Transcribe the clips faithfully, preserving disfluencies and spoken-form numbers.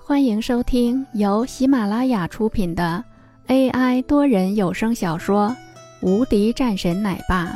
欢迎收听由喜马拉雅出品的 A I 多人有声小说《无敌战神奶爸》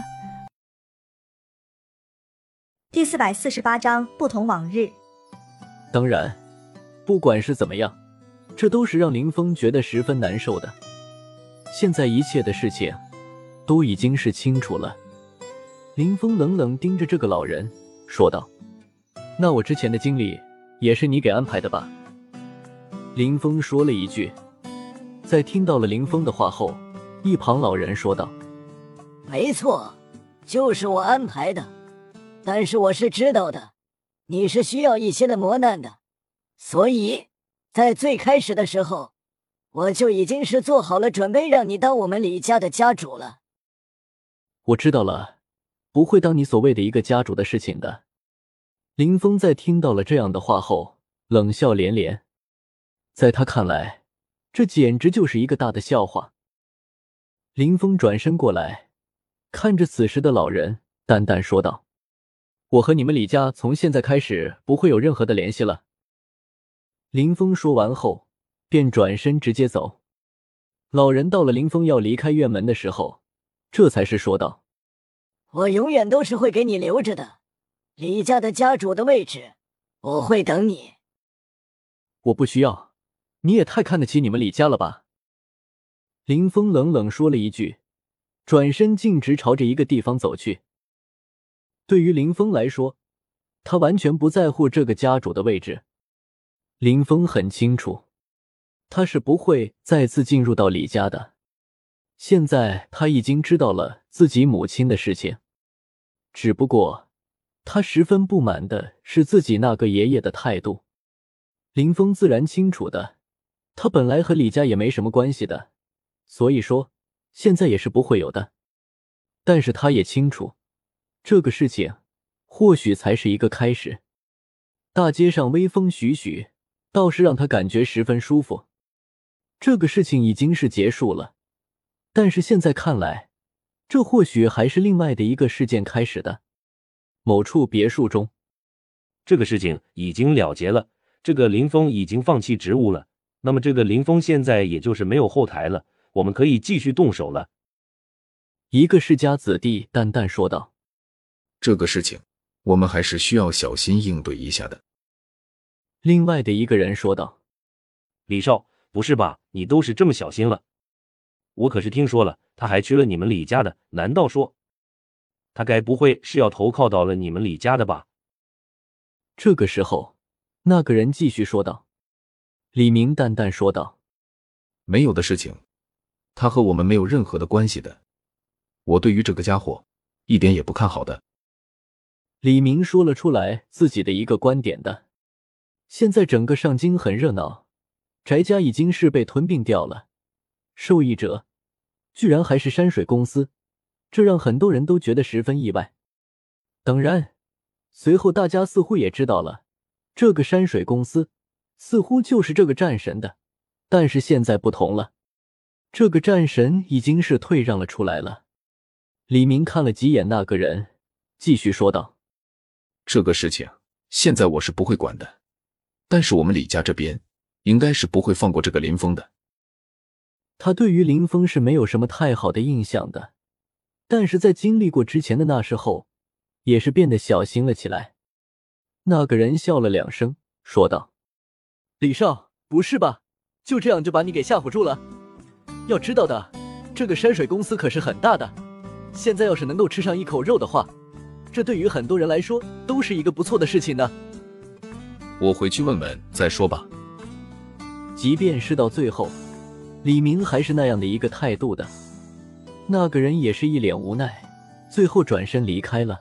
第四百四十八章不同往日。 当然，不管是怎么样，这都是让林峰觉得十分难受的。现在一切的事情都已经是清楚了。林峰冷冷盯着这个老人说道：那我之前的经历也是你给安排的吧？林峰说了一句。在听到了林峰的话后，一旁老人说道： 没错，就是我安排的，但是我是知道的，你是需要一些的磨难的，所以在最开始的时候，我就已经是做好了准备让你当我们李家的家主了。 我知道了，不会当你所谓的一个家主的事情的。林峰在听到了这样的话后，冷笑连连。在他看来，这简直就是一个大的笑话。林峰转身过来，看着此时的老人，淡淡说道：我和你们李家从现在开始不会有任何的联系了。林峰说完后，便转身直接走。老人到了林峰要离开院门的时候，这才是说道： 我永远都是会给你留着的，李家的家主的位置，我会等你。 我不需要，你也太看得起你们李家了吧？林峰冷冷说了一句，转身径直朝着一个地方走去。对于林峰来说，他完全不在乎这个家主的位置。林峰很清楚，他是不会再次进入到李家的。现在他已经知道了自己母亲的事情，只不过他十分不满的是自己那个爷爷的态度。林峰自然清楚的，他本来和李家也没什么关系的，所以说现在也是不会有的。但是他也清楚，这个事情或许才是一个开始。大街上微风徐徐，倒是让他感觉十分舒服。这个事情已经是结束了，但是现在看来，这或许还是另外的一个事件开始的。某处别墅中， 这个事情已经了结了，这个林峰已经放弃职务了，那么这个林峰现在也就是没有后台了，我们可以继续动手了。 一个世家子弟淡淡说道： 这个事情我们还是需要小心应对一下的。 另外的一个人说道： 李少，不是吧，你都是这么小心了？我可是听说了，他还娶了你们李家的，难道说他该不会是要投靠到了你们李家的吧？ 这个时候，那个人继续说道。李明淡淡说道： 没有的事情，他和我们没有任何的关系的。我对于这个家伙一点也不看好的。 李明说了出来自己的一个观点的。现在整个上京很热闹，翟家已经是被吞并掉了，受益者居然还是山水公司，这让很多人都觉得十分意外。当然，随后大家似乎也知道了，这个山水公司似乎就是这个战神的，但是现在不同了，这个战神已经是退让了出来了。李明看了几眼那个人，继续说道： 这个事情现在我是不会管的，但是我们李家这边应该是不会放过这个林峰的。 他对于林峰是没有什么太好的印象的，但是在经历过之前的那事后，也是变得小心了起来。那个人笑了两声，说道：李少，不是吧？就这样就把你给吓唬住了？要知道的，这个山水公司可是很大的，现在要是能够吃上一口肉的话，这对于很多人来说都是一个不错的事情呢。 我回去问问再说吧。 即便是到最后，李明还是那样的一个态度的，那个人也是一脸无奈，最后转身离开了。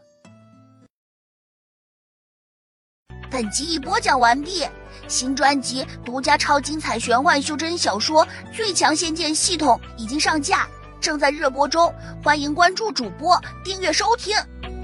本集已播讲完毕，新专辑独家超精彩玄幻修真小说《最强仙剑系统》已经上架，正在热播中，欢迎关注主播，订阅收听。